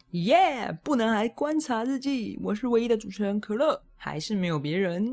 耶！不能还观察日记，我是唯一的主持人可乐，还是没有别人。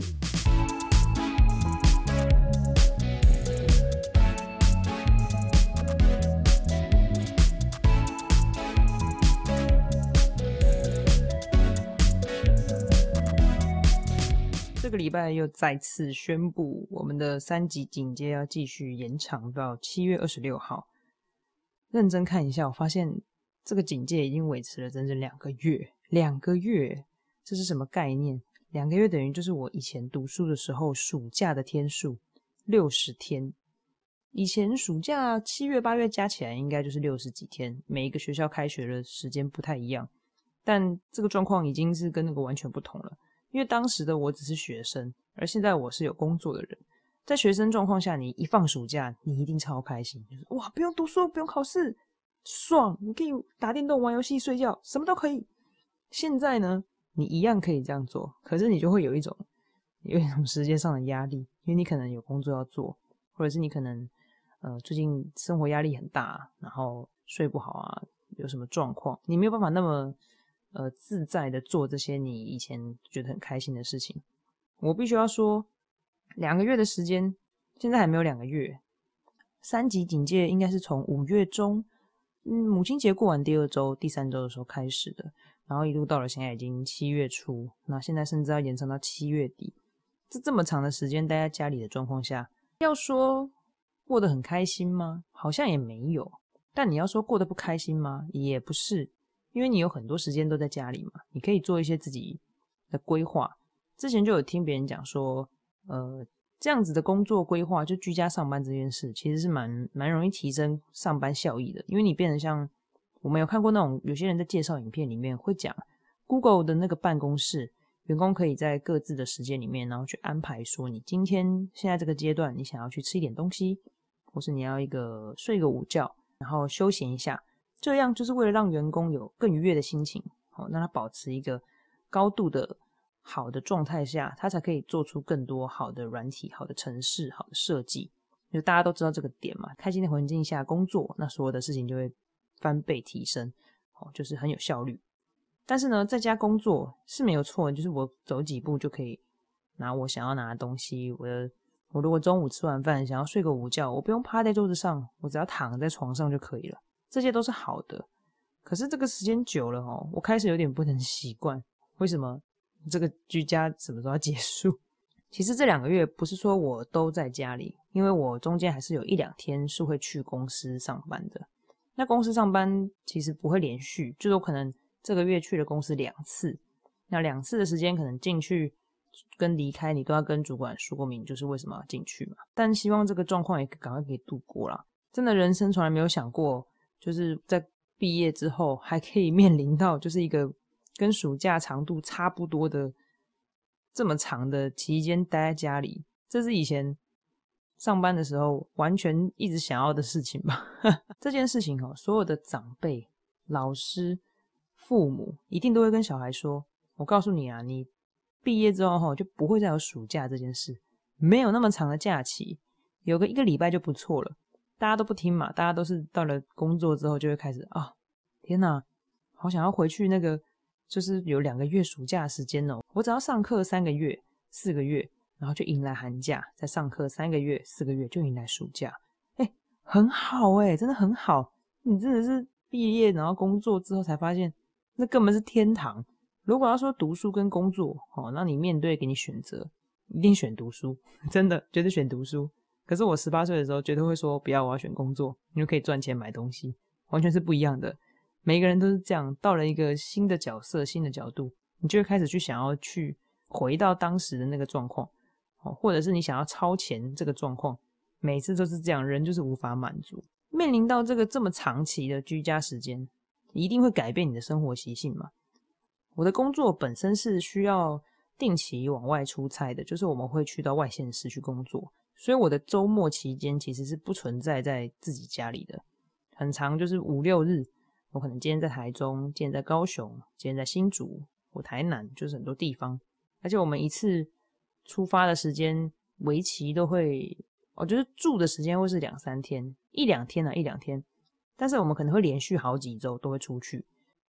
这个礼拜又再次宣布，我们的3级警戒要继续延长到7月26号。认真看一下，我发现这个警戒已经维持了整整2个月。2个月，这是什么概念？2个月等于就是我以前读书的时候暑假的天数，60天。以前暑假7月8月加起来应该就是60几天，每一个学校开学的时间不太一样，但这个状况已经是跟那个完全不同了。因为当时的我只是学生，而现在我是有工作的人。在学生状况下，你一放暑假，你一定超开心，就是哇，不用读书，不用考试，爽！你可以打电动、玩游戏、睡觉，什么都可以。现在呢，你一样可以这样做，可是你就会有一种时间上的压力，因为你可能有工作要做，或者是你可能最近生活压力很大，然后睡不好啊，有什么状况，你没有办法那么自在的做这些你以前觉得很开心的事情。我必须要说，2个月的时间，现在还没有2个月。3级警戒应该是从5月中，母亲节过完第2周、第3周的时候开始的，然后一路到了现在已经7月初，那现在甚至要延长到7月底。这么长的时间待在家里的状况下，要说过得很开心吗？好像也没有。但你要说过得不开心吗？也不是。因为你有很多时间都在家里嘛，你可以做一些自己的规划。之前就有听别人讲说，这样子的工作规划，就居家上班这件事，其实是蛮容易提升上班效益的。因为你变得像，我们有看过那种有些人在介绍影片里面会讲 Google 的那个办公室，员工可以在各自的时间里面，然后去安排说，你今天现在这个阶段，你想要去吃一点东西，或是你要睡个午觉，然后休闲一下。这样就是为了让员工有更愉悦的心情，让他保持一个高度的好的状态下，他才可以做出更多好的软体、好的程式、好的设计。就大家都知道这个点嘛，开心的环境下工作，那所有的事情就会翻倍提升，就是很有效率。但是呢，在家工作是没有错，就是我走几步就可以拿我想要拿的东西。我如果中午吃完饭想要睡个午觉，我不用趴在桌子上，我只要躺在床上就可以了。这些都是好的，可是这个时间久了我开始有点不能习惯。为什么这个居家什么时候要结束？其实这2个月不是说我都在家里，因为我中间还是有1-2天是会去公司上班的。那公司上班其实不会连续，就是我可能这个月去了公司2次，那2次的时间可能进去跟离开你都要跟主管说过明，就是为什么要进去嘛。但希望这个状况也赶快可以度过啦。真的人生从来没有想过，就是在毕业之后还可以面临到就是一个跟暑假长度差不多的这么长的期间待在家里，这是以前上班的时候完全一直想要的事情吧。这件事情所有的长辈、老师、父母一定都会跟小孩说，我告诉你啊，你毕业之后就不会再有暑假这件事，没有那么长的假期，有个1个礼拜就不错了。大家都不听嘛，大家都是到了工作之后就会开始天哪，好想要回去那个就是有2个月暑假的时间我只要上课3个月、4个月，然后就迎来寒假，再上课3个月、4个月就迎来暑假。很好真的很好。你真的是毕业然后工作之后才发现，那根本是天堂。如果要说读书跟工作那你面对给你选择，一定选读书，真的绝对选读书。可是我18岁的时候绝对会说不要，我要选工作，因为可以赚钱买东西，完全是不一样的。每一个人都是这样，到了一个新的角色、新的角度，你就会开始去想要去回到当时的那个状况，或者是你想要超前这个状况，每次都是这样，人就是无法满足。面临到这么长期的居家时间，一定会改变你的生活习性嘛。我的工作本身是需要定期往外出差的，就是我们会去到外县市去工作，所以我的周末期间其实是不存在在自己家里的。很长就是5-6日，我可能今天在台中，今天在高雄，今天在新竹或台南，就是很多地方。而且我们一次出发的时间为期都会就是住的时间会是2-3天，1-2天1-2天，但是我们可能会连续好几周都会出去。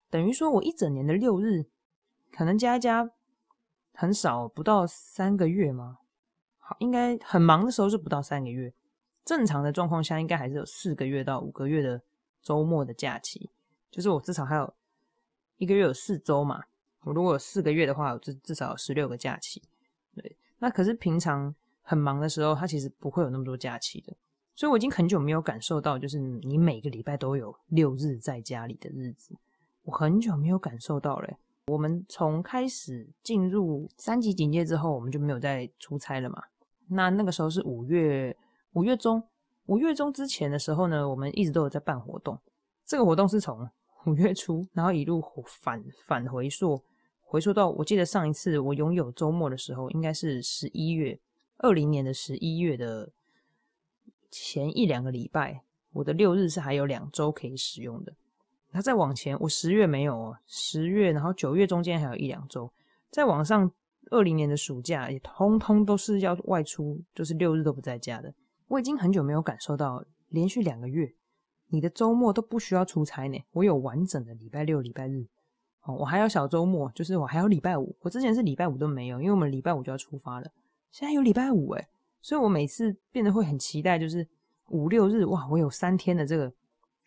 等于说我一整年的6日，可能加一加很少，不到3个月吗？好，应该很忙的时候是不到3个月，正常的状况下应该还是有4个月到5个月的周末的假期，就是我至少还有1个月有4周嘛，我如果有4个月的话，我至少有16个假期。对，那可是平常很忙的时候，它其实不会有那么多假期的，所以我已经很久没有感受到，就是你每个礼拜都有6日在家里的日子，我很久没有感受到了。我们从开始进入3级警戒之后，我们就没有再出差了嘛。那个时候是5月中，5月中之前的时候呢，我们一直都有在办活动。这个活动是从5月初，然后一路返回溯到，我记得上一次我拥有周末的时候，应该是20年的11月的前1-2个礼拜，我的6日是还有2周可以使用的。那再往前，我10月没有哦，10月，然后9月中间还有1-2周，再往上20年的暑假也通通都是要外出，就是6日都不在家的。我已经很久没有感受到连续2个月你的周末都不需要出差呢，我有完整的礼拜六礼拜日，我还有小周末，就是我还有礼拜五，我之前是礼拜五都没有，因为我们礼拜五就要出发了，现在有礼拜五耶，所以我每次变得会很期待，就是5、6日，哇，我有3天的这个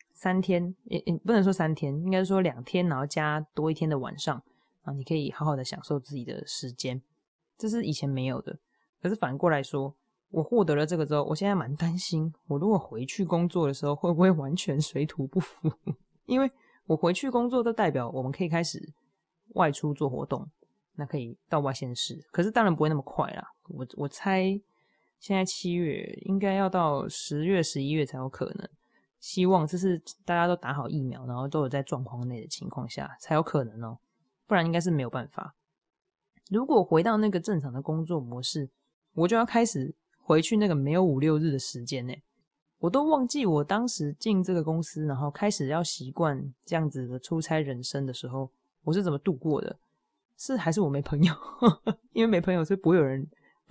3天，也不能说3天，应该说2天，然后加多1天的晚上啊，你可以好好的享受自己的时间，这是以前没有的。可是反过来说，我获得了这个之后，我现在蛮担心，我如果回去工作的时候，会不会完全水土不服？因为我回去工作，都代表我们可以开始外出做活动，那可以到外县市，可是当然不会那么快啦。我猜现在7月应该要到10月、11月才有可能。希望这是大家都打好疫苗，然后都有在状况内的情况下才有可能哦，不然应该是没有办法。如果回到那个正常的工作模式，我就要开始回去那个没有5、6日的时间呢。我都忘记我当时进这个公司，然后开始要习惯这样子的出差人生的时候，我是怎么度过的？还是我没朋友？因为没朋友，所以不会有人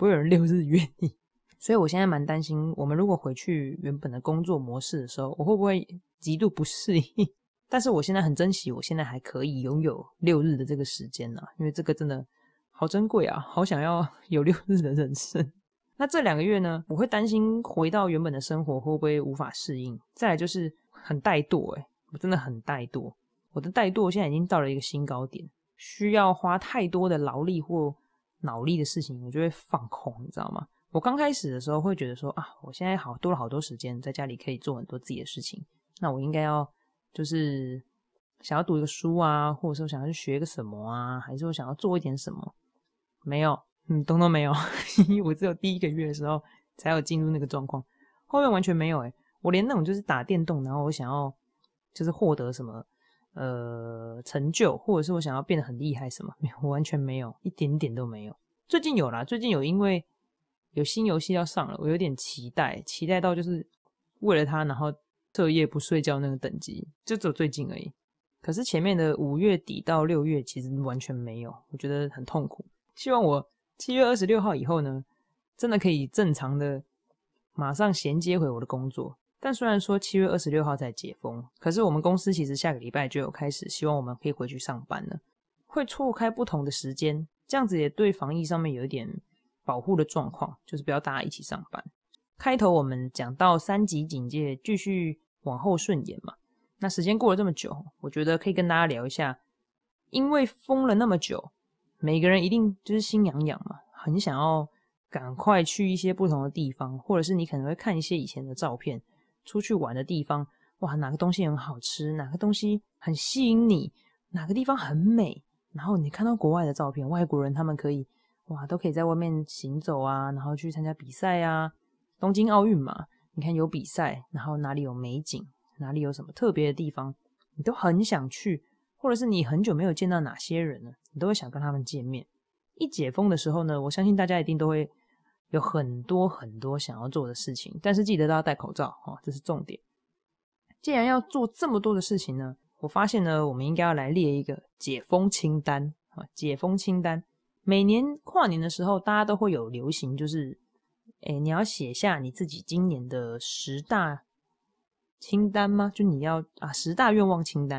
6日约你。所以我现在蛮担心，我们如果回去原本的工作模式的时候，我会不会极度不适应？但是我现在很珍惜，我现在还可以拥有6日的这个时间啊，因为这个真的好珍贵啊，好想要有6日的人生。那这2个月呢，我会担心回到原本的生活会不会无法适应。再来就是很怠惰我真的很怠惰，我的怠惰现在已经到了一个新高点，需要花太多的劳力或脑力的事情，我就会放空，你知道吗？我刚开始的时候会觉得说啊，我现在多了好多时间，在家里可以做很多自己的事情，那我应该要就是想要读一个书啊，或者说想要去学一个什么啊，还是我想要做一点什么？没有，通通没有。我只有第1个月的时候才有进入那个状况，后面完全没有我连那种就是打电动，然后我想要就是获得什么成就，或者是我想要变得很厉害什么，没有，我完全没有，一点点都没有。最近有啦，最近有因为有新游戏要上了，我有点期待到就是为了它，然后彻夜不睡觉那个等级，就只有最近而已。可是前面的5月底到6月其实完全没有，我觉得很痛苦。希望我7月26号以后呢，真的可以正常的马上衔接回我的工作。但虽然说7月26号才解封，可是我们公司其实下个礼拜就有开始希望我们可以回去上班了，会错开不同的时间，这样子也对防疫上面有一点保护的状况，就是不要大家一起上班。开头我们讲到3级警戒继续往后顺延嘛，那时间过了这么久，我觉得可以跟大家聊一下，因为封了那么久，每个人一定就是心痒痒嘛，很想要赶快去一些不同的地方，或者是你可能会看一些以前的照片，出去玩的地方，哇，哪个东西很好吃，哪个东西很吸引你，哪个地方很美，然后你看到国外的照片，外国人他们可以都可以在外面行走啊，然后去参加比赛啊，东京奥运嘛，你看有比赛，然后哪里有美景，哪里有什么特别的地方，你都很想去，或者是你很久没有见到哪些人了，你都会想跟他们见面。一解封的时候呢，我相信大家一定都会有很多很多想要做的事情，但是记得都要戴口罩这是重点。既然要做这么多的事情呢，我发现呢，我们应该要来列一个解封清单解封清单。每年跨年的时候，大家都会有流行，就是你要写下你自己今年的10大清单吗？就你要10大愿望清单，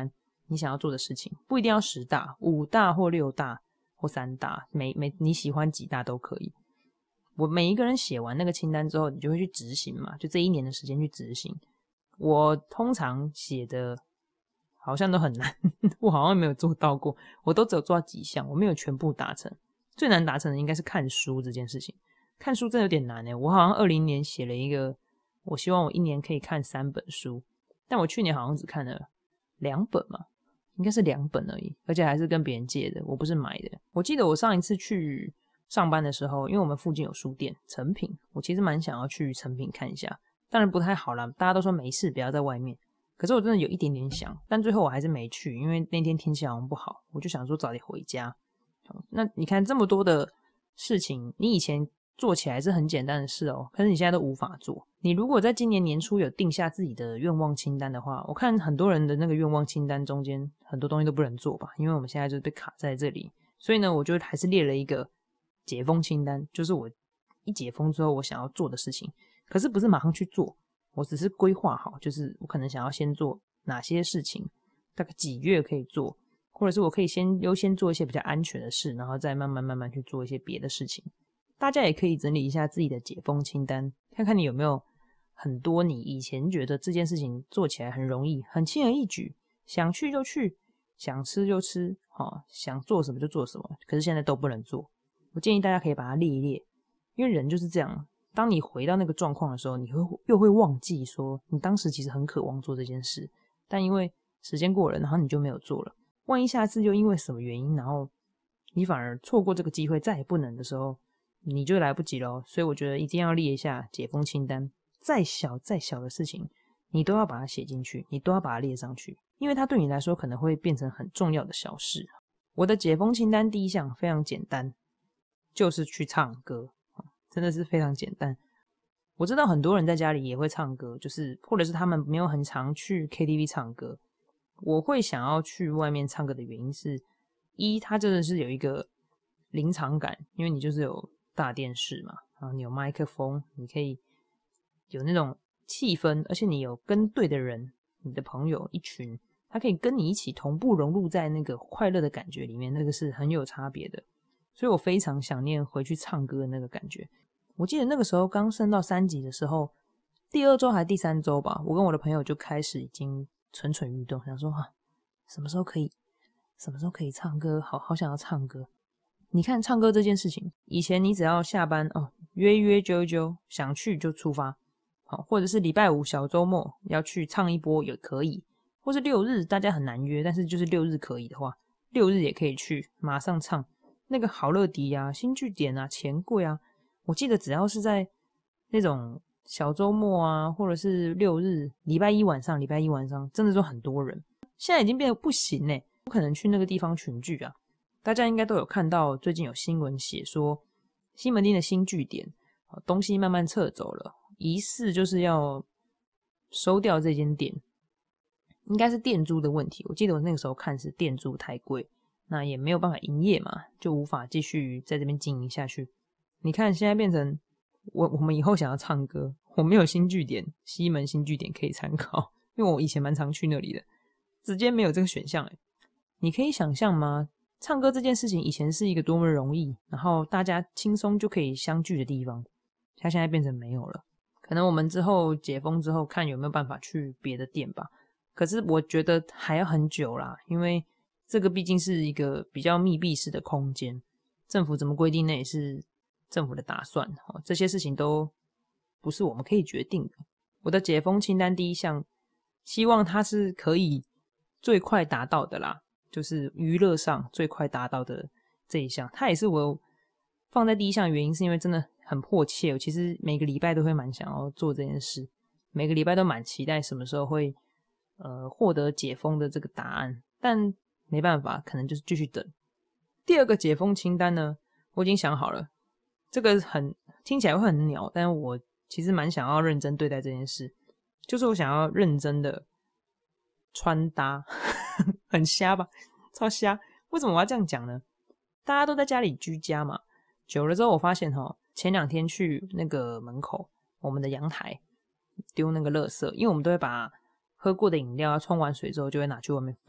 你想要做的事情，不一定要10大，5大或6大或3大，你喜欢几大都可以。我每一个人写完那个清单之后，你就会去执行嘛，就这1年的时间去执行。我通常写的好像都很难我好像没有做到过，我都只有做到几项，我没有全部达成。最难达成的应该是看书这件事情，看书真的有点难我好像20年写了一个，我希望我1年可以看3本书，但我去年好像只看了2本嘛，应该是2本而已，而且还是跟别人借的，我不是买的。我记得我上一次去上班的时候，因为我们附近有书店诚品，我其实蛮想要去诚品看一下，当然不太好啦，大家都说没事不要在外面，可是我真的有一点点想，但最后我还是没去，因为那天天气好像不好，我就想说早点回家。那你看这么多的事情，你以前做起来是很简单的事可是你现在都无法做。你如果在今年年初有定下自己的愿望清单的话，我看很多人的那个愿望清单中间很多东西都不能做吧，因为我们现在就是被卡在这里。所以呢，我就还是列了一个解封清单，就是我一解封之后我想要做的事情，可是不是马上去做，我只是规划好，就是我可能想要先做哪些事情，大概几月可以做，或者是我可以先优先做一些比较安全的事，然后再慢慢去做一些别的事情。大家也可以整理一下自己的解封清单，看看你有没有很多你以前觉得这件事情做起来很容易，很轻而易举，想去就去，想吃就吃，想做什么就做什么，可是现在都不能做。我建议大家可以把它列一列，因为人就是这样，当你回到那个状况的时候，你又会忘记说你当时其实很渴望做这件事，但因为时间过了，然后你就没有做了。万一下次又因为什么原因，然后你反而错过这个机会，再也不能的时候，你就来不及了。所以我觉得一定要列一下解封清单，再小的事情你都要把它写进去，你都要把它列上去，因为它对你来说可能会变成很重要的小事。我的解封清单第一项非常简单，就是去唱歌，真的是非常简单。我知道很多人在家里也会唱歌，就是或者是他们没有很常去 KTV 唱歌。我会想要去外面唱歌的原因是，一，它真的是有一个临场感，因为你就是有大电视嘛，然后你有麦克风，你可以有那种气氛，而且你有跟对的人，你的朋友一群，他可以跟你一起同步融入在那个快乐的感觉里面，那个是很有差别的。所以我非常想念回去唱歌的那个感觉。我记得那个时候刚升到3级的时候，第2周还第3周吧，我跟我的朋友就开始已经蠢蠢欲动，想说什么时候可以唱歌，好想要唱歌。你看唱歌这件事情，以前你只要下班约揪，想去就出发，或者是礼拜5小周末要去唱一波也可以，或是6日大家很难约，但是就是6日可以的话，6日也可以去马上唱。那个好乐迪啊、新据点啊、钱柜啊，我记得只要是在那种小周末啊，或者是6日、礼拜一晚上，真的都很多人。现在已经变得不行不可能去那个地方群聚啊。大家应该都有看到，最近有新闻写说，西门町的新据点东西慢慢撤走了，疑似就是要收掉这间店，应该是店租的问题。我记得我那个时候看是店租太贵，那也没有办法营业嘛，就无法继续在这边经营下去。你看现在变成我们以后想要唱歌，我没有新据点，西门新据点可以参考，因为我以前蛮常去那里的，直接没有这个选项你可以想象吗？唱歌这件事情以前是一个多么容易，然后大家轻松就可以相聚的地方，它现在变成没有了。可能我们之后解封之后看有没有办法去别的店吧，可是我觉得还要很久啦，因为这个毕竟是一个比较密闭式的空间，政府怎么规定那也是政府的打算，这些事情都不是我们可以决定的。我的解封清单第一项，希望它是可以最快达到的啦，就是娱乐上最快达到的这一项，它也是我放在第一项的原因，是因为真的很迫切。我其实每个礼拜都会蛮想要做这件事，每个礼拜都蛮期待什么时候会获得解封的这个答案，但没办法，可能就是继续等。第2个解封清单呢，我已经想好了，这个听起来会很鸟，但我其实蛮想要认真对待这件事，就是我想要认真的穿搭很瞎吧，超瞎。为什么我要这样讲呢？大家都在家里居家嘛，久了之后我发现前2天去那个门口我们的阳台丢那个垃圾，因为我们都会把喝过的饮料冲完水之后就会拿去外面放，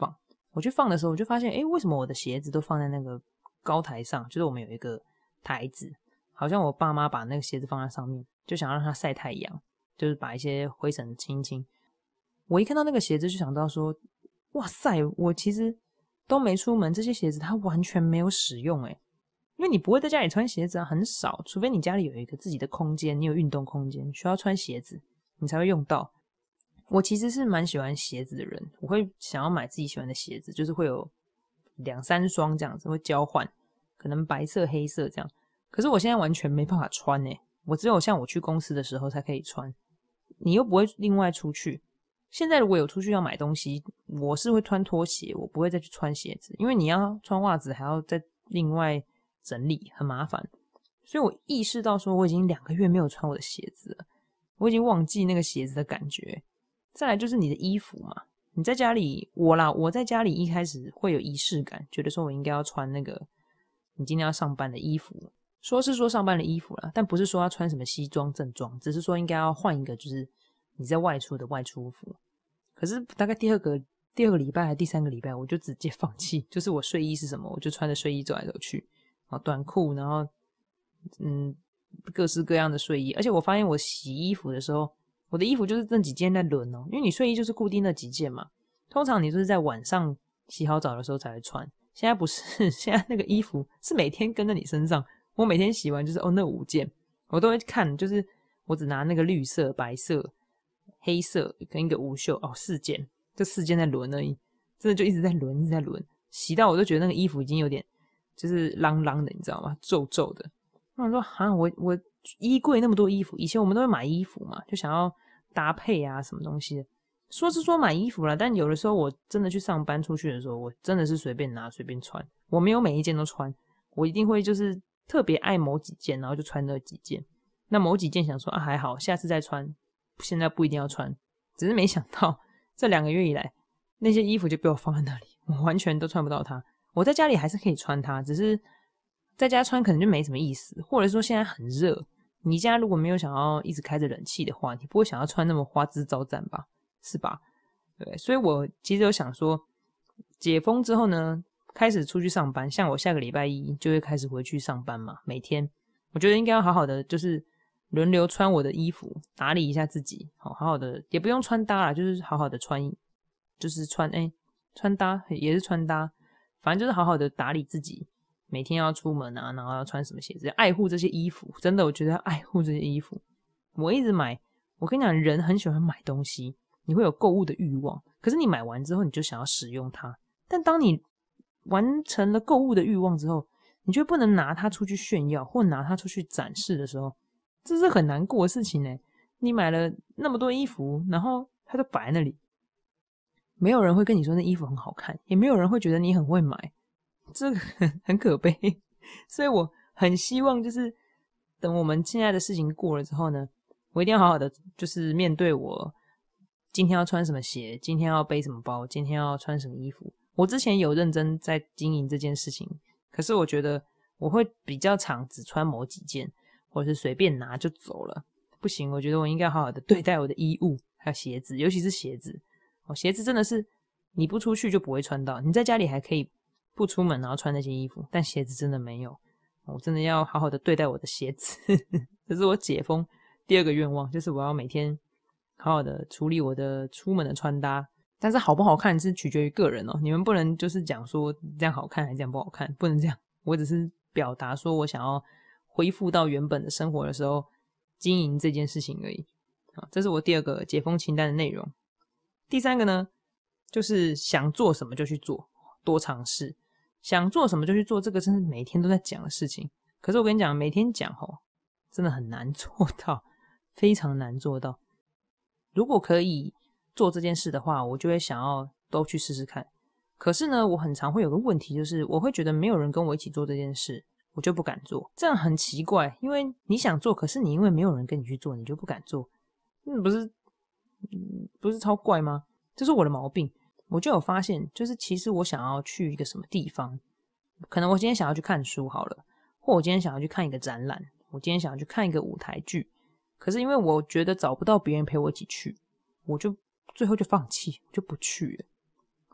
我去放的时候，我就发现，为什么我的鞋子都放在那个高台上？就是我们有一个台子，好像我爸妈把那个鞋子放在上面，就想让它晒太阳，就是把一些灰尘清一清。我一看到那个鞋子，就想到说，哇塞，我其实都没出门，这些鞋子它完全没有使用因为你不会在家里穿鞋子啊，很少，除非你家里有一个自己的空间，你有运动空间需要穿鞋子，你才会用到。我其实是蛮喜欢鞋子的人，我会想要买自己喜欢的鞋子，就是会有2-3双这样子，会交换，可能白色、黑色这样。可是我现在完全没办法穿我只有像我去公司的时候才可以穿，你又不会另外出去。现在如果有出去要买东西，我是会穿拖鞋，我不会再去穿鞋子，因为你要穿袜子还要再另外整理，很麻烦。所以我意识到说我已经2个月没有穿我的鞋子了，我已经忘记那个鞋子的感觉。再来就是你的衣服嘛，你在家里，我在家里一开始会有仪式感，觉得说我应该要穿那个你今天要上班的衣服，说是说上班的衣服啦，但不是说要穿什么西装正装，只是说应该要换一个就是你在外出的外出服。可是大概第二个礼拜还第3个礼拜，我就直接放弃，就是我睡衣是什么，我就穿着睡衣走来走去，短裤，然后各式各样的睡衣。而且我发现我洗衣服的时候，我的衣服就是那几件在轮因为你睡衣就是固定那几件嘛，通常你就是在晚上洗好澡的时候才会穿。现在不是，现在那个衣服是每天跟在你身上，我每天洗完就是那5件，我都会看，就是我只拿那个绿色、白色、黑色跟一个无袖4件，这4件在轮而已，真的就一直在轮，一直在轮，洗到我都觉得那个衣服已经有点就是啷啷的，你知道吗？皱皱的。我想说我衣柜那么多衣服，以前我们都会买衣服嘛，就想要搭配啊什么东西的。说是说买衣服啦，但有的时候我真的去上班出去的时候，我真的是随便拿随便穿，我没有每一件都穿，我一定会就是特别爱某几件，然后就穿那几件。那某几件想说还好，下次再穿，现在不一定要穿。只是没想到这2个月以来，那些衣服就被我放在那里，我完全都穿不到它。我在家里还是可以穿它，只是在家穿可能就没什么意思，或者说现在很热，你家如果没有想要一直开着冷气的话，你不会想要穿那么花枝招展吧？是吧？对，所以我其实有想说，解封之后呢，开始出去上班，像我下个礼拜1就会开始回去上班嘛，每天我觉得应该要好好的就是轮流穿我的衣服，打理一下自己，好好的也不用穿搭啦，就是好好的穿，就是穿搭也是穿搭，反正就是好好的打理自己，每天要出门啊，然后要穿什么鞋子，要爱护这些衣服，真的我觉得要爱护这些衣服。我一直买，我跟你讲，人很喜欢买东西，你会有购物的欲望，可是你买完之后你就想要使用它，但当你完成了购物的欲望之后，你就不能拿它出去炫耀或拿它出去展示的时候，这是很难过的事情你买了那么多衣服，然后它就摆在那里，没有人会跟你说那衣服很好看，也没有人会觉得你很会买，这个很可悲。所以我很希望就是等我们现在的事情过了之后呢，我一定要好好的就是面对我今天要穿什么鞋，今天要背什么包，今天要穿什么衣服。我之前有认真在经营这件事情，可是我觉得我会比较常只穿某几件，或者是随便拿就走了。不行，我觉得我应该好好的对待我的衣物还有鞋子，尤其是鞋子。鞋子真的是你不出去就不会穿到，你在家里还可以不出门然后穿那些衣服，但鞋子真的没有。我真的要好好的对待我的鞋子。这是我解封第2个愿望，就是我要每天好好的处理我的出门的穿搭。但是好不好看是取决于个人你们不能就是讲说这样好看还是这样不好看，不能这样。我只是表达说我想要恢复到原本的生活的时候经营这件事情而已。好，这是我第2个解封清单的内容。第3个呢，就是想做什么就去做，多尝试。想做什么就去做，这个真是每天都在讲的事情。可是我跟你讲，每天讲真的很难做到，非常难做到。如果可以做这件事的话，我就会想要都去试试看。可是呢，我很常会有个问题，就是我会觉得没有人跟我一起做这件事，我就不敢做。这样很奇怪，因为你想做，可是你因为没有人跟你去做，你就不敢做。不是超怪吗？这是我的毛病。我就有发现，就是其实我想要去一个什么地方，可能我今天想要去看书好了，或我今天想要去看一个展览，我今天想要去看一个舞台剧，可是因为我觉得找不到别人陪我一起去，我就最后就放弃，就不去了。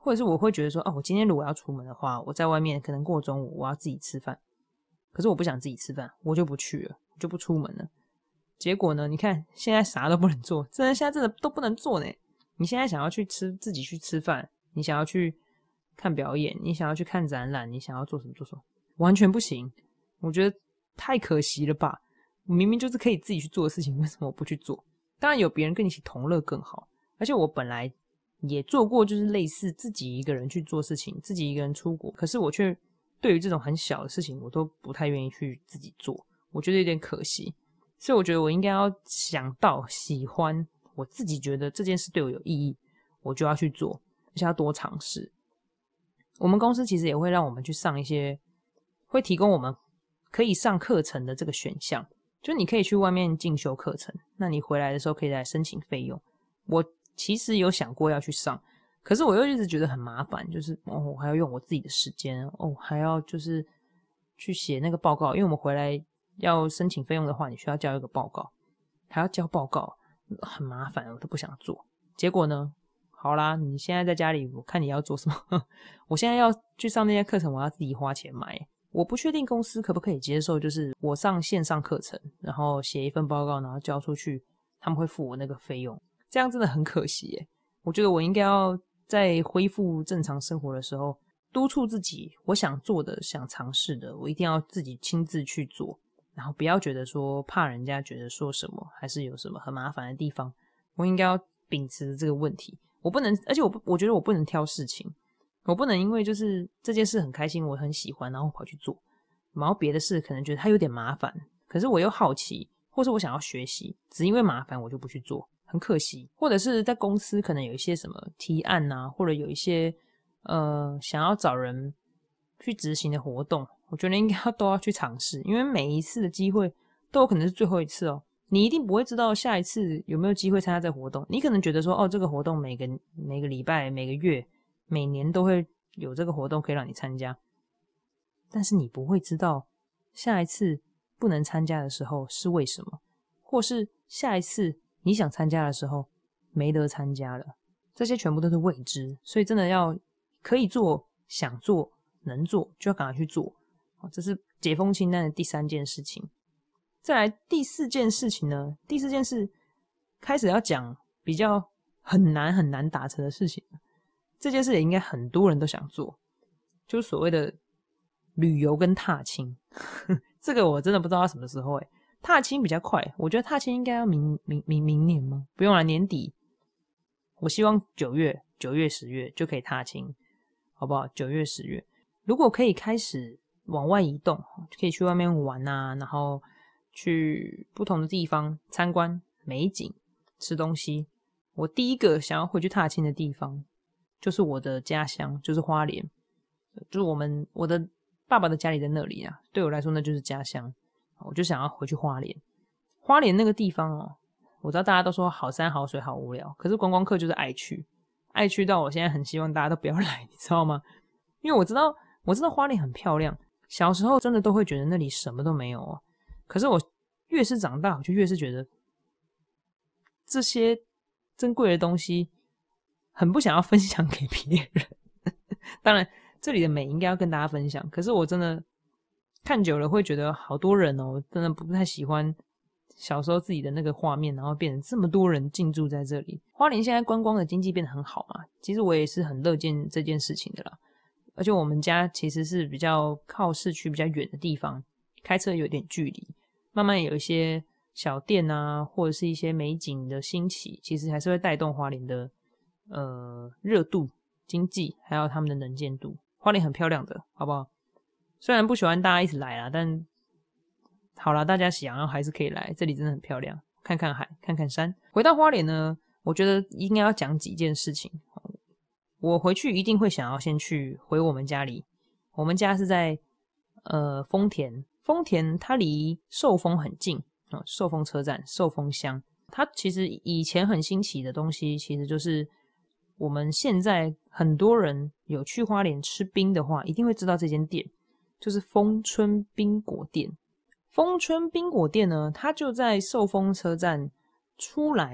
或者是我会觉得说，我今天如果要出门的话，我在外面可能过中午我要自己吃饭，可是我不想自己吃饭，我就不去了，我就不出门了。结果呢，你看现在啥都不能做，现在真的都不能做呢。你现在想要去自己去吃饭，你想要去看表演，你想要去看展览，你想要做什么做什么，完全不行。我觉得太可惜了吧，我明明就是可以自己去做的事情，为什么我不去做？当然有别人跟你一起同乐更好，而且我本来也做过就是类似自己一个人去做事情，自己一个人出国，可是我却对于这种很小的事情我都不太愿意去自己做，我觉得有点可惜。所以我觉得我应该要想到喜欢，我自己觉得这件事对我有意义，我就要去做，而且要多尝试。我们公司其实也会让我们去上一些，会提供我们可以上课程的这个选项，就你可以去外面进修课程，那你回来的时候可以来申请费用。我其实有想过要去上，可是我又一直觉得很麻烦，就是我还要用我自己的时间，还要就是去写那个报告，因为我们回来要申请费用的话，你需要交一个报告，还要交报告，很麻烦，我都不想做。结果呢，好啦，你现在在家里，我看你要做什么。我现在要去上那些课程，我要自己花钱买。我不确定公司可不可以接受，就是我上线上课程，然后写一份报告，然后交出去，他们会付我那个费用。这样真的很可惜耶。我觉得我应该要在恢复正常生活的时候，督促自己，我想做的、想尝试的，我一定要自己亲自去做。然后不要觉得说怕人家觉得说什么，还是有什么很麻烦的地方，我应该要秉持这个问题。我不能，而且我觉得我不能挑事情，我不能因为就是这件事很开心，我很喜欢，然后跑去做，然后别的事可能觉得它有点麻烦，可是我又好奇，或是我想要学习，只因为麻烦我就不去做，很可惜。或者是在公司可能有一些什么提案啊，或者有一些想要找人去执行的活动，我觉得应该都要去尝试，因为每一次的机会都有可能是最后一次哦。你一定不会知道下一次有没有机会参加这个活动，你可能觉得说这个活动每个礼拜、每个月、每年都会有这个活动可以让你参加，但是你不会知道下一次不能参加的时候是为什么，或是下一次你想参加的时候没得参加了，这些全部都是未知，所以真的要可以做、想做、能做就要赶快去做。这是解封清单的第3件事情。再来第4件事情呢，第4件事开始要讲比较很难达成的事情。这件事也应该很多人都想做，就是所谓的旅游跟踏青。这个我真的不知道什么时候踏青比较快，我觉得踏青应该要明年吗？不用啦，年底。我希望9月、10月就可以踏青，好不好？9月、10月，如果可以开始往外移动，就可以去外面玩啊，然后去不同的地方参观美景、吃东西。我第一个想要回去踏青的地方，就是我的家乡，就是花莲，就是我的爸爸的家里在那里啊。对我来说，那就是家乡。我就想要回去花莲。花莲那个地方我知道大家都说好山好水好无聊，可是观光客就是爱去到我现在很希望大家都不要来，你知道吗？因为我知道花莲很漂亮，小时候真的都会觉得那里什么都没有可是我越是长大，我就越是觉得这些珍贵的东西很不想要分享给别人。当然这里的美应该要跟大家分享，可是我真的看久了会觉得好多人真的不太喜欢小时候自己的那个画面，然后变成这么多人进驻在这里。花莲现在观光的经济变得很好嘛，其实我也是很乐见这件事情的啦。而且我们家其实是比较靠市区比较远的地方，开车有点距离，慢慢有一些小店啊，或者是一些美景的兴起，其实还是会带动花莲的热度、经济，还有他们的能见度。花莲很漂亮的，好不好？虽然不喜欢大家一直来啦，但好啦，大家想要还是可以来，这里真的很漂亮，看看海，看看山。回到花莲呢，我觉得应该要讲几件事情。我回去一定会想要先去回我们家里，我们家是在丰田它离寿丰很近寿丰车站、寿丰乡。它其实以前很新奇的东西，其实就是我们现在很多人有去花莲吃冰的话，一定会知道这间店，就是丰春冰果店。丰春冰果店呢，它就在寿丰车站出来，大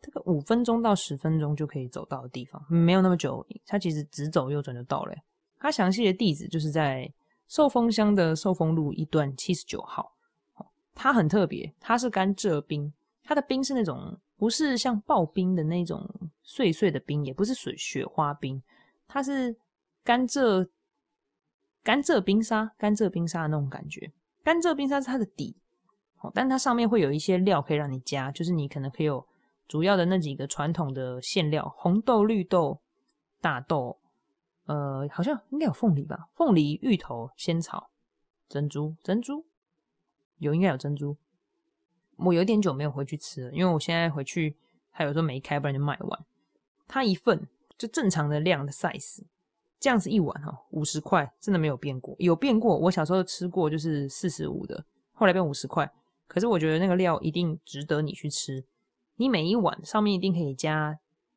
这个5分钟到10分钟就可以走到的地方，没有那么久，它其实直走右转就到了。它详细的地址就是在寿丰乡的寿丰路1段79号。它很特别，它是甘蔗冰，它的冰是那种不是像刨冰的那种碎碎的冰，也不是雪花冰，它是甘蔗冰沙的那种感觉。甘蔗冰沙是它的底，但它上面会有一些料可以让你加，就是你可能可以有主要的那几个传统的馅料，红豆、绿豆、大豆，好像应该有凤梨吧，凤梨、芋头、仙草、珍珠应该有珍珠。我有点久没有回去吃了，因为我现在回去还有时候没开，不然就卖完。它一份就正常的量的 size， 这样子一碗50块，真的没有变过。有变过，我小时候吃过就是45的，后来变50块。可是我觉得那个料一定值得你去吃。你每一碗上面一定可以加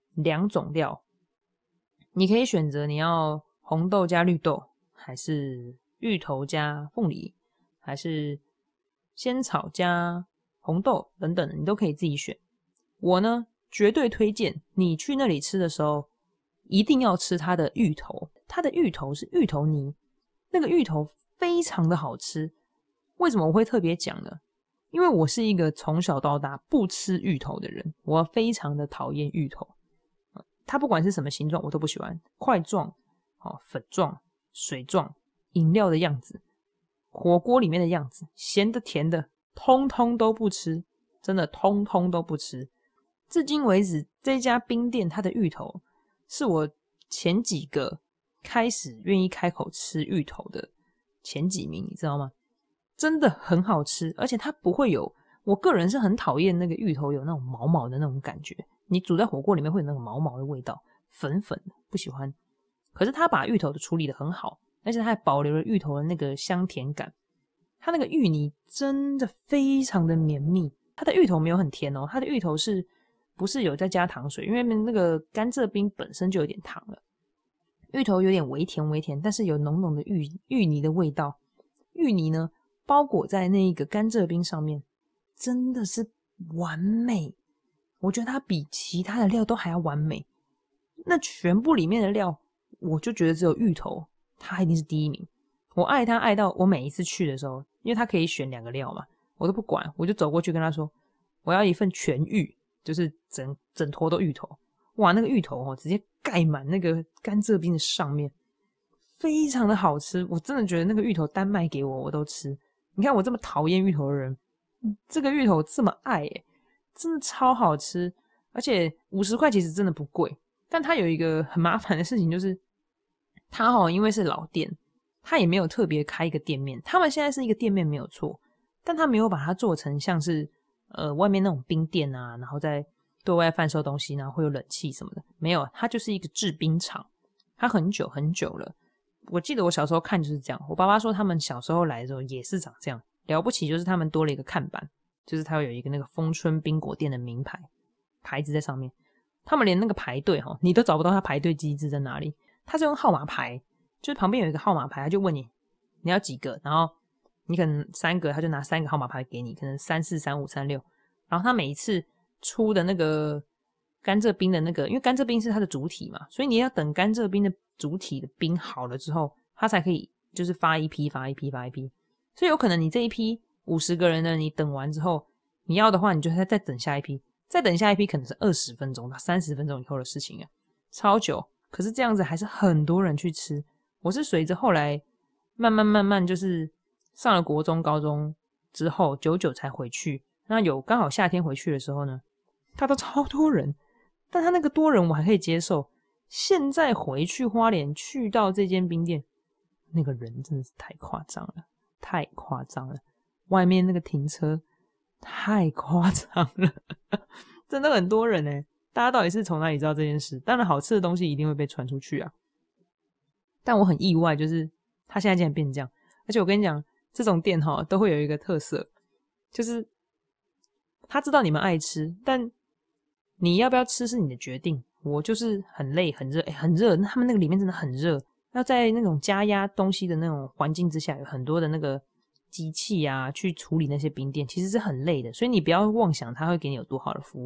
2种料，你可以选择你要红豆加绿豆，还是芋头加凤梨，还是仙草加红豆等等的，你都可以自己选。我呢，绝对推荐你去那里吃的时候，一定要吃它的芋头。它的芋头是芋头泥，那个芋头非常的好吃。为什么我会特别讲呢？因为我是一个从小到大不吃芋头的人，我非常的讨厌芋头。它不管是什么形状我都不喜欢，块状、粉状、水状、饮料的样子、火锅里面的样子、咸的甜的，通通都不吃，真的通通都不吃。至今为止，这家冰店它的芋头是我前几个开始愿意开口吃芋头的前几名，你知道吗？真的很好吃，而且它不会有，我个人是很讨厌那个芋头有那种毛毛的那种感觉，你煮在火锅里面会有那种毛毛的味道，粉粉的，不喜欢。可是它把芋头的处理得很好，而且它还保留了芋头的那个香甜感。它那个芋泥真的非常的绵密，它的芋头没有很甜哦，它的芋头是不是有再加糖水？因为那个甘蔗冰本身就有点糖了，芋头有点微甜，但是有浓浓的芋泥的味道。芋泥呢，包裹在那个甘蔗冰上面，真的是完美。我觉得它比其他的料都还要完美。那全部里面的料，我就觉得只有芋头，它一定是第一名。我爱它爱到我每一次去的时候，因为它可以选2个料嘛，我都不管，我就走过去跟他说，我要一份全芋，就是整坨都芋头。哇，那个芋头直接盖满那个甘蔗冰的上面，非常的好吃。我真的觉得那个芋头单卖给我都吃。你看我这么讨厌芋头的人，这个芋头这么爱真的超好吃。而且50块其实真的不贵，但它有一个很麻烦的事情，就是它因为是老店，它也没有特别开一个店面。他们现在是一个店面没有错，但他没有把它做成像是外面那种冰店啊，然后在对外贩售东西，然后会有冷气什么的，没有，它就是一个制冰厂。它很久很久了，我记得我小时候看就是这样。我爸爸说他们小时候来的时候也是长这样，了不起就是他们多了一个看板，就是它会有一个那个丰春冰果店的名牌子在上面。他们连那个排队你都找不到它排队机制在哪里，它是用号码牌，就是旁边有一个号码牌，他就问你要几个，然后你可能3个，他就拿3个号码牌给你，可能34、35、36，然后他每一次出的那个甘蔗冰的那个，因为甘蔗冰是它的主体嘛，所以你要等甘蔗冰的主体的冰好了之后，它才可以就是发一批，所以有可能你这一批50个人呢，你等完之后，你要的话你就再等下一批，再等下一批可能是20分钟到30分钟以后的事情啊，超久。可是这样子还是很多人去吃。我是随着后来慢慢就是上了国中高中之后久久才回去，那有刚好夏天回去的时候呢，他都超多人，但他那个多人我还可以接受。现在回去花莲去到这间冰店，那个人真的是太夸张了，外面那个停车太夸张了真的很多人大家到底是从哪里知道这件事？当然好吃的东西一定会被传出去啊，但我很意外，就是他现在竟然变成这样。而且我跟你讲，这种店都会有一个特色，就是他知道你们爱吃，但你要不要吃是你的决定。我就是很累很热很热，他们那个里面真的很热，要在那种加压东西的那种环境之下，有很多的那个机器啊去处理那些冰店，其实是很累的。所以你不要妄想他会给你有多好的服务，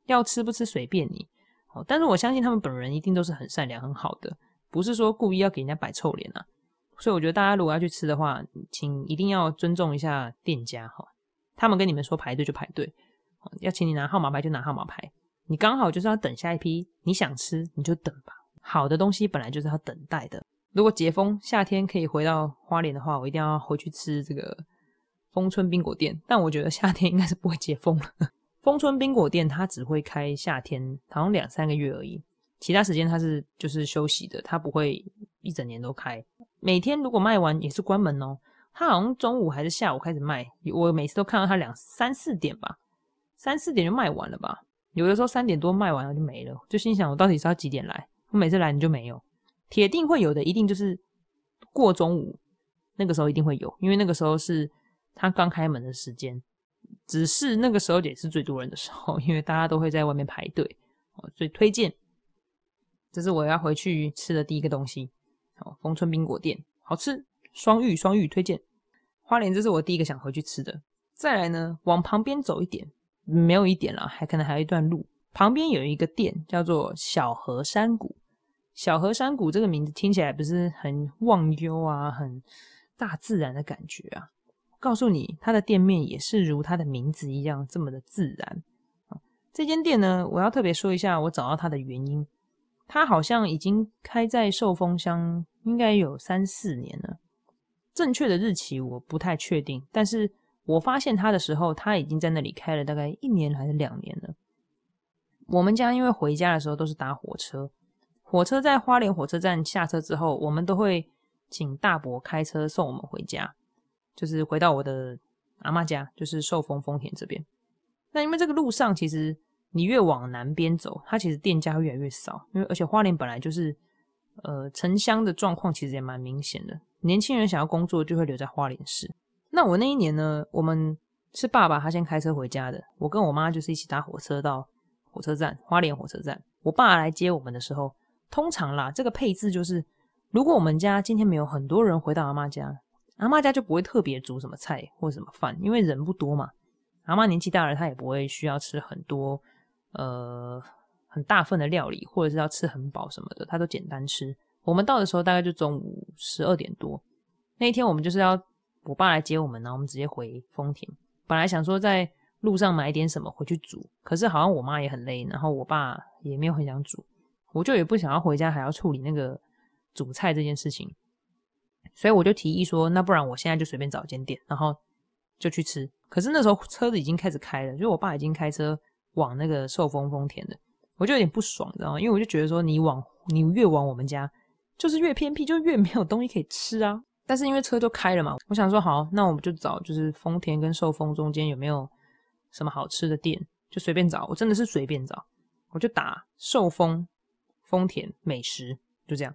要吃不吃随便你。但是我相信他们本人一定都是很善良很好的，不是说故意要给人家摆臭脸啊。所以我觉得大家如果要去吃的话，请一定要尊重一下店家，他们跟你们说排队就排队，要请你拿号码牌就拿号码牌，你刚好就是要等下一批，你想吃你就等吧。好的东西本来就是要等待的。如果解封夏天可以回到花莲的话，我一定要回去吃这个丰春冰果店，但我觉得夏天应该是不会解封了。丰春冰果店它只会开夏天好像2-3个月而已，其他时间它是就是休息的，它不会一整年都开。每天如果卖完也是关门哦，它好像中午还是下午开始卖，我每次都看到它3-4点吧，3-4点就卖完了吧，有的时候3点多卖完了就没了，就心想我到底是要几点来，我每次来你就没有，铁定会有的，一定就是过中午那个时候一定会有，因为那个时候是它刚开门的时间，只是那个时候也是最多人的时候，因为大家都会在外面排队，所以推荐，这是我要回去吃的第一个东西。丰春冰果店好吃，双玉推荐。花莲这是我第一个想回去吃的。再来呢，往旁边走一点，没有一点啦，可能还有一段路，旁边有一个店叫做小河山谷。小河山谷这个名字听起来不是很忘忧啊，很大自然的感觉啊。告诉你，它的店面也是如它的名字一样这么的自然。这间店呢，我要特别说一下我找到它的原因。它好像已经开在寿丰乡应该有3-4年了，正确的日期我不太确定，但是我发现它的时候，它已经在那里开了大概1年还是2年了。我们家因为回家的时候都是搭火车，火车在花莲火车站下车之后，我们都会请大伯开车送我们回家，就是回到我的阿嬷家，就是寿丰丰田这边。那因为这个路上其实你越往南边走，它其实店家越来越少，因为而且花莲本来就是城乡的状况其实也蛮明显的，年轻人想要工作就会留在花莲市。那我那一年呢，我们是爸爸他先开车回家的，我跟我妈就是一起搭火车到火车站，花莲火车站。我爸来接我们的时候，通常啦这个配置就是，如果我们家今天没有很多人回到阿嬷家，阿嬷家就不会特别煮什么菜或什么饭，因为人不多嘛。阿嬷年纪大了，她也不会需要吃很多很大份的料理，或者是要吃很饱什么的，她都简单吃。我们到的时候大概就中午12点多，那一天我们就是要我爸来接我们，然后我们直接回丰田。本来想说在路上买点什么回去煮，可是好像我妈也很累，然后我爸也没有很想煮，我就也不想要回家还要处理那个煮菜这件事情，所以我就提议说，那不然我现在就随便找间店，然后就去吃。可是那时候车子已经开始开了，就我爸已经开车往那个寿丰丰田了，我就有点不爽，知道吗？因为我就觉得说你越往我们家就是越偏僻，就越没有东西可以吃啊。但是因为车就开了嘛，我想说好，那我们就找就是丰田跟寿丰中间有没有什么好吃的店，就随便找。我真的是随便找，我就打寿丰丰田美食，就这样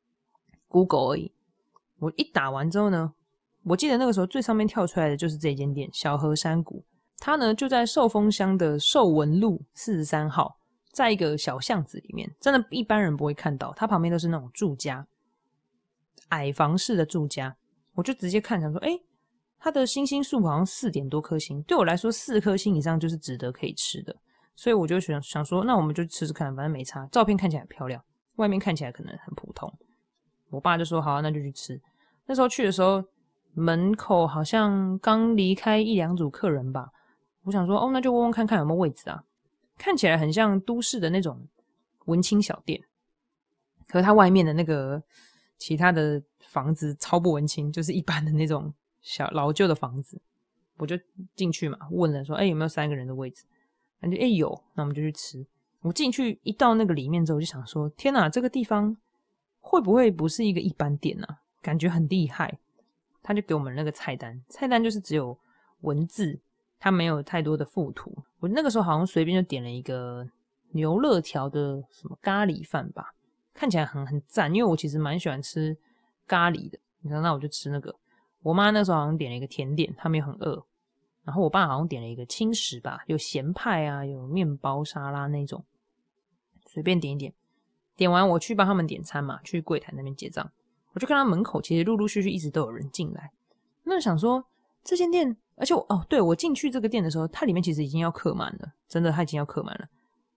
Google 而已。我一打完之后呢，我记得那个时候最上面跳出来的就是这间店小河山谷，它呢就在寿丰乡的寿文路43号，在一个小巷子里面，真的一般人不会看到，它旁边都是那种住家，矮房式的住家。我就直接看想说它的星星数好像4点多颗星，对我来说4颗星以上就是值得可以吃的，所以我就想说那我们就吃吃看，反正没差，照片看起来很漂亮，外面看起来可能很普通。我爸就说好那就去吃。那时候去的时候门口好像刚离开1-2组客人吧，我想说那就问问看看有没有位置啊。看起来很像都市的那种文青小店，可是它外面的那个其他的房子超不文青，就是一般的那种小老旧的房子。我就进去嘛，问了说有没有3个人的位置，感觉有，那我们就去吃。我进去一到那个里面之后，我就想说天哪，这个地方会不会不是一个一般店啊，感觉很厉害。他就给我们那个菜单，菜单就是只有文字，它没有太多的附图。我那个时候好像随便就点了一个牛肋条的什么咖喱饭吧，看起来很赞，因为我其实蛮喜欢吃咖喱的。你知道，那我就吃那个。我妈那时候好像点了一个甜点，他们也很饿。然后我爸好像点了一个轻食吧，有咸派啊，有面包沙拉那种，随便点一点。点完我去帮他们点餐嘛，去柜台那边结账。我就看到门口其实陆陆续续一直都有人进来，那就想说这间店，而且对，我进去这个店的时候，它里面其实已经要客满了，真的它已经要客满了。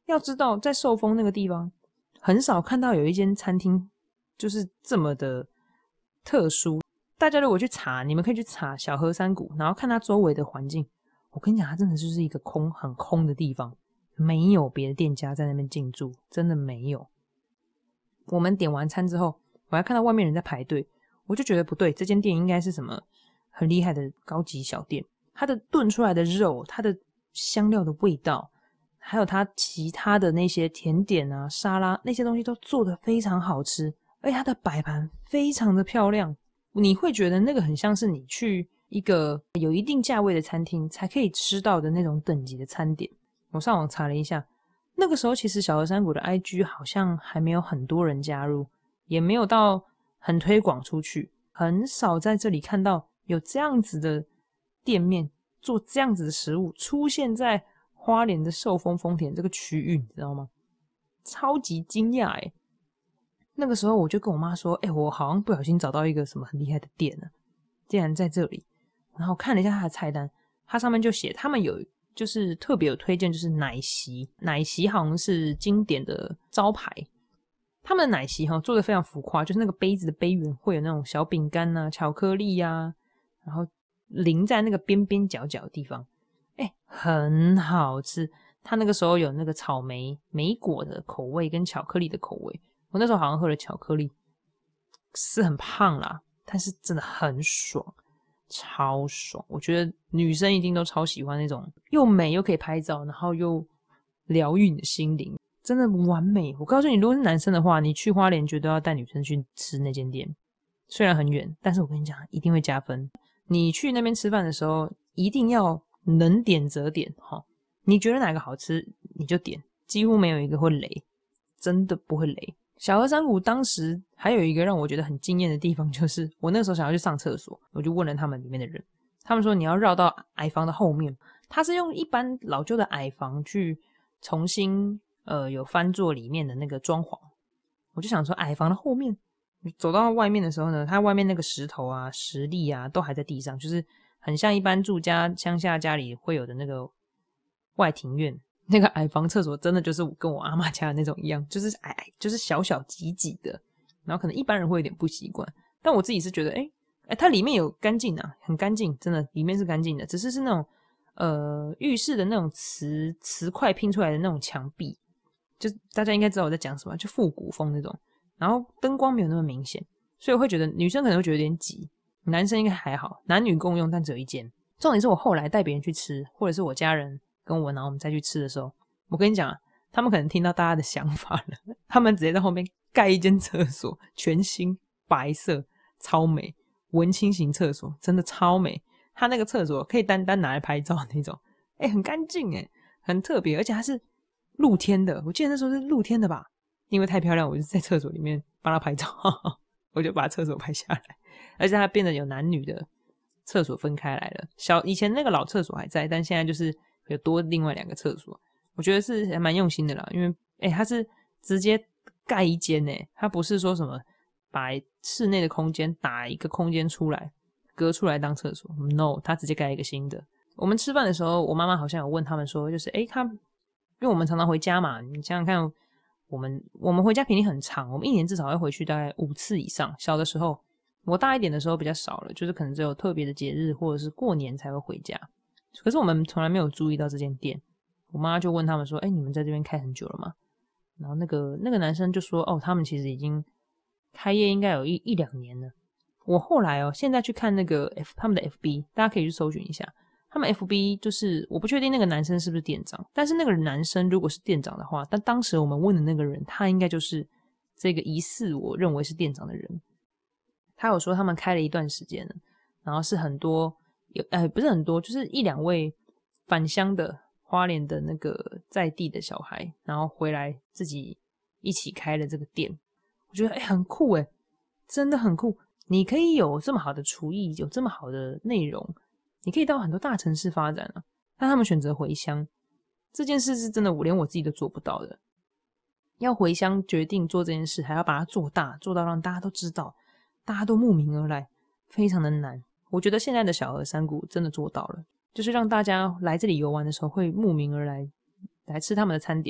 要知道在寿丰那个地方很少看到有一间餐厅就是这么的特殊。大家如果去查，你们可以去查小河山谷，然后看它周围的环境，我跟你讲，它真的就是一个很空的地方，没有别的店家在那边进驻，真的没有。我们点完餐之后，我还看到外面人在排队，我就觉得不对，这间店应该是什么很厉害的高级小店。它的炖出来的肉，它的香料的味道，还有它其他的那些甜点啊、沙拉那些东西都做得非常好吃，而且它的摆盘非常的漂亮。你会觉得那个很像是你去一个有一定价位的餐厅才可以吃到的那种等级的餐点。我上网查了一下，那个时候其实小河山谷的 IG 好像还没有很多人加入，也没有到很推广出去，很少在这里看到有这样子的店面做这样子的食物出现在花莲的寿丰丰田这个区域，你知道吗？超级惊讶欸。那个时候我就跟我妈说，我好像不小心找到一个什么很厉害的店了，竟然在这里。然后看了一下它的菜单，它上面就写他们有就是特别有推荐，就是奶昔，奶昔好像是经典的招牌。他们的奶昔做得非常浮夸，就是那个杯子的杯缘会有那种小饼干啊、巧克力啊，然后淋在那个边边角角的地方，很好吃。它那个时候有那个草莓莓果的口味跟巧克力的口味，我那时候好像喝了巧克力，是很胖啦，但是真的很爽，超爽。我觉得女生一定都超喜欢那种又美又可以拍照，然后又疗愈你的心灵，真的完美。我告诉你，如果是男生的话，你去花莲绝对要带女生去吃那间店，虽然很远，但是我跟你讲一定会加分。你去那边吃饭的时候一定要能点则点，你觉得哪个好吃你就点，几乎没有一个会雷，真的不会雷。小河山谷当时还有一个让我觉得很惊艳的地方，就是我那时候想要去上厕所，我就问了他们里面的人，他们说你要绕到矮房的后面，他是用一般老旧的矮房去重新有翻做里面的那个装潢。我就想说矮房的后面，走到外面的时候呢，它外面那个石头啊、石砾啊都还在地上，就是很像一般住家乡下家里会有的那个外庭院。那个矮房厕所真的就是跟我阿嬷家的那种一样，就是矮，就是小小挤挤的，然后可能一般人会有点不习惯，但我自己是觉得它里面有干净啊，很干净，真的里面是干净的，只是那种浴室的那种瓷块拼出来的那种墙壁，就大家应该知道我在讲什么，就复古风那种，然后灯光没有那么明显，所以我会觉得女生可能会觉得有点挤，男生应该还好，男女共用，但只有一间。重点是我后来带别人去吃，或者是我家人跟我，然后我们再去吃的时候，我跟你讲他们可能听到大家的想法了，他们直接在后面盖一间厕所，全新白色，超美，文青型厕所，真的超美。他那个厕所可以单单拿来拍照那种，很干净很特别，而且它是露天的，我记得那时候是露天的吧，因为太漂亮，我就在厕所里面帮他拍照，我就把厕所拍下来，而且它变得有男女的厕所分开来了。以前那个老厕所还在，但现在就是有多另外2个厕所，我觉得是还蛮用心的啦，因为它是直接盖一间它不是说什么把室内的空间打一个空间出来隔出来当厕所 ，no， 它直接盖一个新的。我们吃饭的时候，我妈妈好像有问他们说，就是因为我们常常回家嘛，你想想看，我们回家频率很长，我们1年至少会回去大概5次以上。小的时候，我大一点的时候比较少了，就是可能只有特别的节日或者是过年才会回家。可是我们从来没有注意到这间店，我妈就问他们说：“你们在这边开很久了吗？”然后那个男生就说：“他们其实已经开业应该有一两年了。”我后来现在去看那个他们的 FB， 大家可以去搜寻一下。他们 FB 就是我不确定那个男生是不是店长，但是那个男生如果是店长的话，但当时我们问的那个人，他应该就是这个疑似我认为是店长的人。他有说他们开了一段时间了，然后是很多不是很多，就是1-2位返乡的花莲的那个在地的小孩，然后回来自己一起开了这个店。我觉得很酷真的很酷。你可以有这么好的厨艺，有这么好的内容，你可以到很多大城市发展啊，但他们选择回乡，这件事是真的连我自己都做不到的。要回乡决定做这件事，还要把它做大，做到让大家都知道，大家都慕名而来，非常的难。我觉得现在的小河山谷真的做到了，就是让大家来这里游玩的时候会慕名而来，来吃他们的餐点。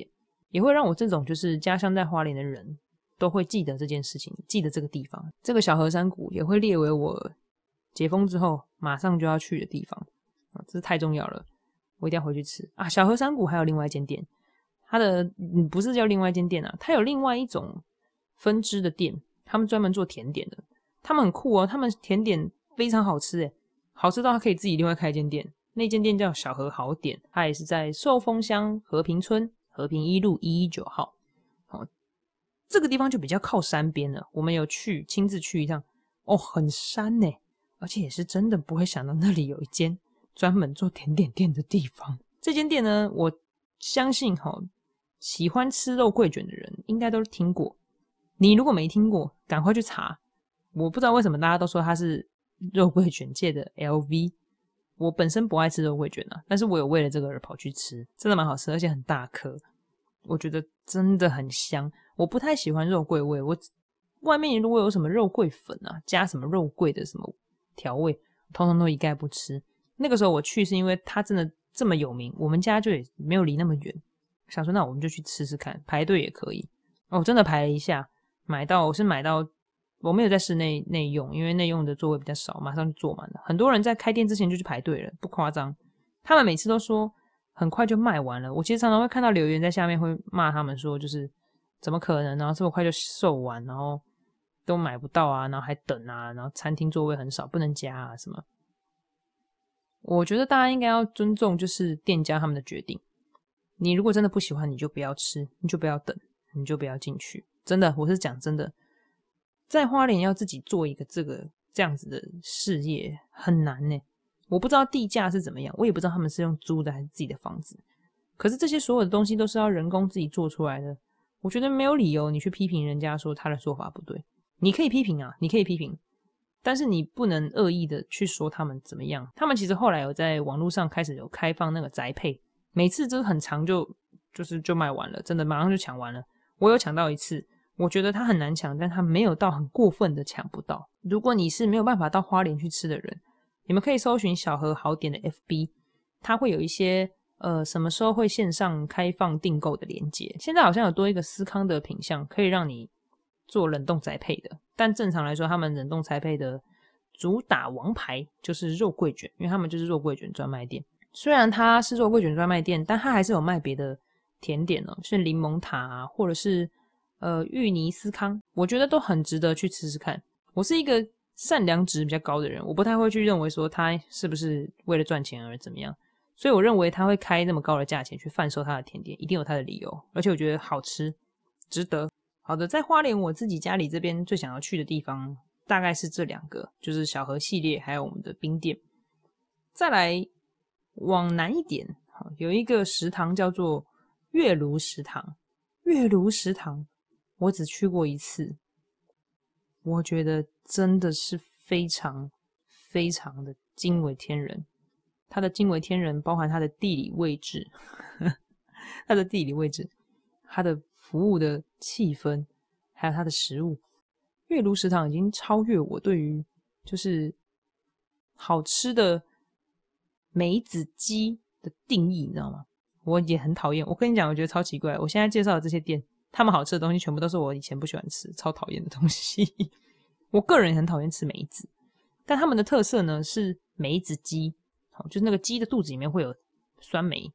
也会让我这种就是家乡在花莲的人都会记得这件事情，记得这个地方。这个小河山谷也会列为我解封之后马上就要去的地方，这是太重要了，我一定要回去吃啊！小河山谷还有另外一间店，它的不是叫另外一间店啊，它有另外一种分支的店，他们专门做甜点的，他们很酷哦，他们甜点非常好吃耶，好吃到他可以自己另外开一间店，那间店叫小河好点，它也是在寿丰乡和平村和平一路119号。这个地方就比较靠山边了，我们有亲自去一趟，很山耶，而且也是真的不会想到那里有一间专门做甜点店的地方。这间店呢，我相信喜欢吃肉桂卷的人应该都听过，你如果没听过赶快去查。我不知道为什么大家都说它是肉桂卷界的 LV， 我本身不爱吃肉桂卷啊，但是我有为了这个而跑去吃，真的蛮好吃，而且很大颗，我觉得真的很香。我不太喜欢肉桂味，我外面如果有什么肉桂粉啊，加什么肉桂的什么调味，通通都一概不吃。那个时候我去是因为它真的这么有名，我们家就也没有离那么远，想说那我们就去吃吃看，排队也可以。真的排了一下，我是买到，我没有在室内用，因为内用的座位比较少，马上就坐满了。很多人在开店之前就去排队了，不夸张。他们每次都说很快就卖完了，我其实常常会看到留言在下面会骂他们说，就是怎么可能，然后这么快就售完，然后都买不到啊，然后还等啊，然后餐厅座位很少，不能加啊什么。我觉得大家应该要尊重就是店家他们的决定，你如果真的不喜欢，你就不要吃，你就不要等，你就不要进去。真的，我是讲真的，在花莲要自己做一个这样子的事业很难耶。我不知道地价是怎么样，我也不知道他们是用租的还是自己的房子，可是这些所有的东西都是要人工自己做出来的，我觉得没有理由你去批评人家说他的做法不对。你可以批评啊，你可以批评，但是你不能恶意的去说他们怎么样。他们其实后来有在网络上开始有开放那个宅配，每次就是很长就卖完了，真的马上就抢完了。我有抢到一次，我觉得他很难抢，但他没有到很过分的抢不到。如果你是没有办法到花莲去吃的人，你们可以搜寻小河好点的 FB， 它会有一些什么时候会线上开放订购的连结。现在好像有多一个司康的品项可以让你做冷冻宅配的，但正常来说他们冷冻宅配的主打王牌就是肉桂卷，因为他们就是肉桂卷专卖店。虽然它是肉桂卷专卖店，但它还是有卖别的甜点哦，是柠檬塔啊，或者是芋泥司康，我觉得都很值得去吃吃看。我是一个善良值比较高的人，我不太会去认为说他是不是为了赚钱而怎么样，所以我认为他会开那么高的价钱去贩售他的甜点，一定有他的理由，而且我觉得好吃，值得。好的，在花莲我自己家里这边最想要去的地方大概是这两个，就是小河系列还有我们的冰店。再来往南一点，有一个食堂叫做月庐食堂。月庐食堂我只去过一次，我觉得真的是非常非常的惊为天人。它的惊为天人包含它的地理位置它的地理位置，它的服务的气氛，还有它的食物。月庐食堂已经超越我对于就是好吃的梅子鸡的定义，你知道吗？我也很讨厌，我跟你讲，我觉得超奇怪。我现在介绍的这些店，他们好吃的东西全部都是我以前不喜欢吃、超讨厌的东西。我个人也很讨厌吃梅子，但他们的特色呢是梅子鸡，就是那个鸡的肚子里面会有酸梅，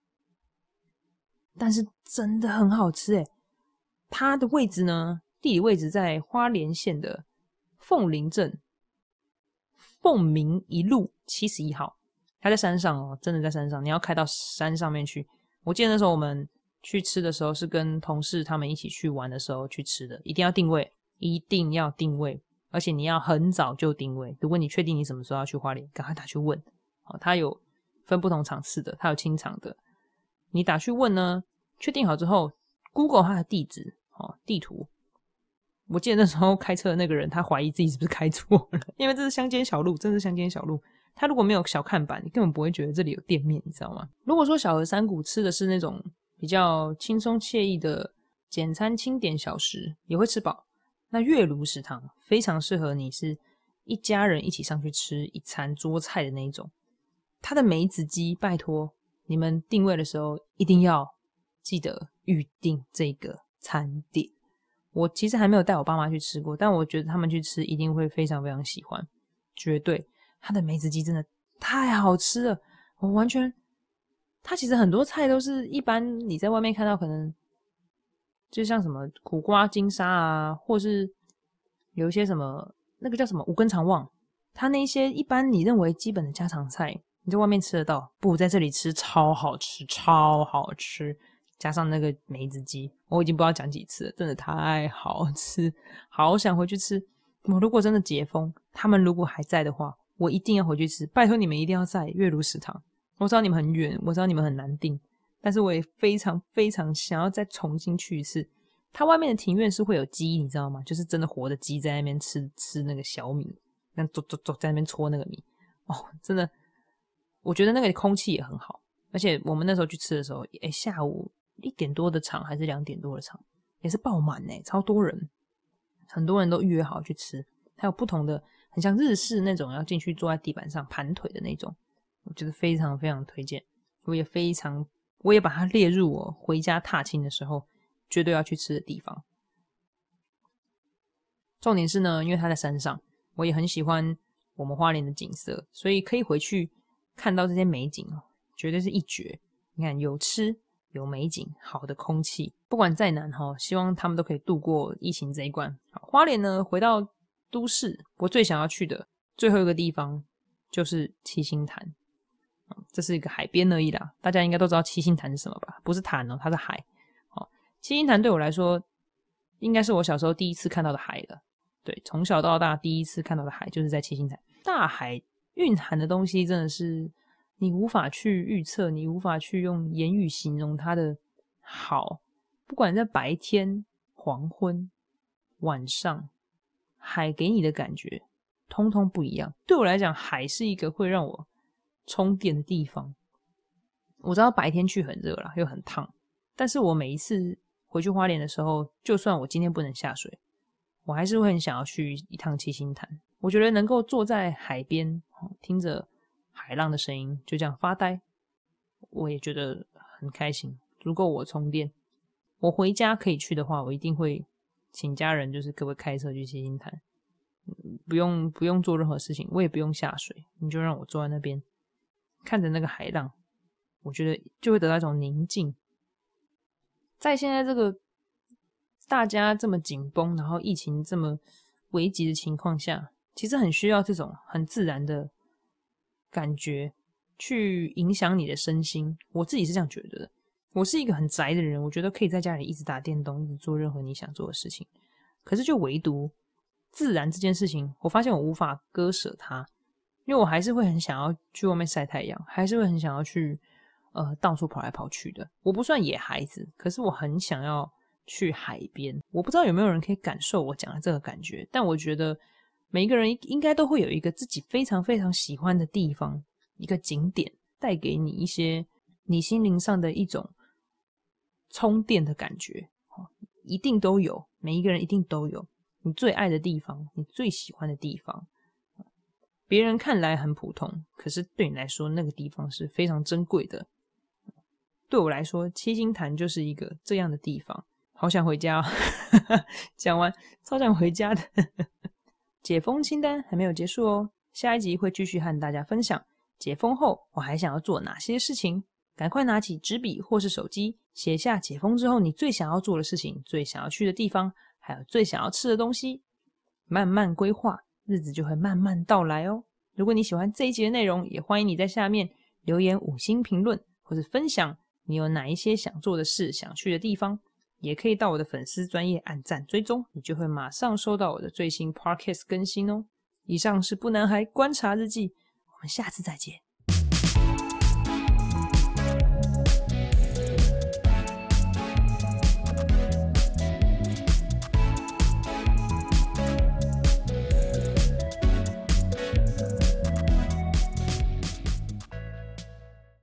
但是真的很好吃耶。它的位置呢，地理位置在花莲县的凤林镇凤鸣一路71号。它在山上哦，真的在山上，你要开到山上面去。我记得那时候我们去吃的时候是跟同事他们一起去玩的时候去吃的，一定要定位，一定要定位，而且你要很早就定位。如果你确定你什么时候要去花莲，赶快打去问。它有分不同场次的，它有清场的。你打去问呢，确定好之后 Google 它的地址地图。我记得那时候开车的那个人他怀疑自己是不是开错了，因为这是乡间小路，真的是乡间小路。他如果没有小看板，你根本不会觉得这里有店面，你知道吗？如果说小河山谷吃的是那种比较轻松惬意的简餐轻点小食，也会吃饱，那月庐食堂非常适合你是一家人一起上去吃一餐桌菜的那一种。它的梅子鸡拜托你们定位的时候一定要记得预定这个餐点。我其实还没有带我爸妈去吃过，但我觉得他们去吃一定会非常非常喜欢，绝对。它的梅子鸡真的太好吃了，我完全，它其实很多菜都是一般你在外面看到，可能就像什么苦瓜金沙啊，或是有一些什么那个叫什么五根肠旺，它那些一般你认为基本的家常菜，你在外面吃得到，不在这里吃超好吃，超好吃。加上那个梅子鸡，我已经不知道讲几次了，真的太好吃，好想回去吃。我如果真的解封，他们如果还在的话，我一定要回去吃，拜托你们一定要在月如食堂。我知道你们很远，我知道你们很难订，但是我也非常非常想要再重新去一次。它外面的庭院是会有鸡，你知道吗？就是真的活的鸡在那边吃那个小米，那走在那边搓那个米，哦，真的，我觉得那个空气也很好。而且我们那时候去吃的时候，下午1点多的场还是2点多的场，也是爆满超多人，很多人都预约好去吃。还有不同的，很像日式那种要进去坐在地板上盘腿的那种，我觉得非常非常推荐。我也把它列入我回家踏青的时候绝对要去吃的地方。重点是呢，因为它在山上，我也很喜欢我们花莲的景色，所以可以回去看到这些美景绝对是一绝。你看，有吃有美景，好的空气，不管再难希望他们都可以度过疫情这一关。花莲呢，回到都市，我最想要去的最后一个地方就是七星潭。这是一个海边而已啦，大家应该都知道七星潭是什么吧？不是潭它是海。七星潭对我来说，应该是我小时候第一次看到的海了。对，从小到大第一次看到的海就是在七星潭。大海蕴含的东西真的是你无法去预测，你无法去用言语形容它的好。不管在白天、黄昏、晚上，海给你的感觉通通不一样。对我来讲，海是一个会让我充电的地方。我知道白天去很热啦，又很烫，但是我每一次回去花莲的时候，就算我今天不能下水，我还是会很想要去一趟七星潭。我觉得能够坐在海边，听着海浪的声音，就这样发呆，我也觉得很开心。如果我充电，我回家可以去的话，我一定会请家人就是可不可以开车去七星潭，不用做任何事情，我也不用下水，你就让我坐在那边看着那个海浪，我觉得就会得到一种宁静。在现在这个大家这么紧绷，然后疫情这么危急的情况下，其实很需要这种很自然的感觉去影响你的身心。我自己是这样觉得的。我是一个很宅的人，我觉得可以在家里一直打电动，一直做任何你想做的事情。可是就唯独自然这件事情，我发现我无法割舍它，因为我还是会很想要去外面晒太阳，还是会很想要去到处跑来跑去的。我不算野孩子，可是我很想要去海边。我不知道有没有人可以感受我讲的这个感觉，但我觉得每一个人应该都会有一个自己非常非常喜欢的地方，一个景点，带给你一些你心灵上的一种充电的感觉。一定都有，每一个人一定都有你最爱的地方，你最喜欢的地方。别人看来很普通，可是对你来说那个地方是非常珍贵的。对我来说，七星潭就是一个这样的地方。好想回家讲完超想回家的解封清单还没有结束哦，下一集会继续和大家分享解封后我还想要做哪些事情。赶快拿起纸笔或是手机，写下解封之后你最想要做的事情，最想要去的地方，还有最想要吃的东西。慢慢规划，日子就会慢慢到来哦。如果你喜欢这一集的内容，也欢迎你在下面留言5星评论，或是分享你有哪一些想做的事，想去的地方。也可以到我的粉丝专页按赞追踪，你就会马上收到我的最新 Podcast 更新哦。以上是不男孩观察日记，我们下次再见。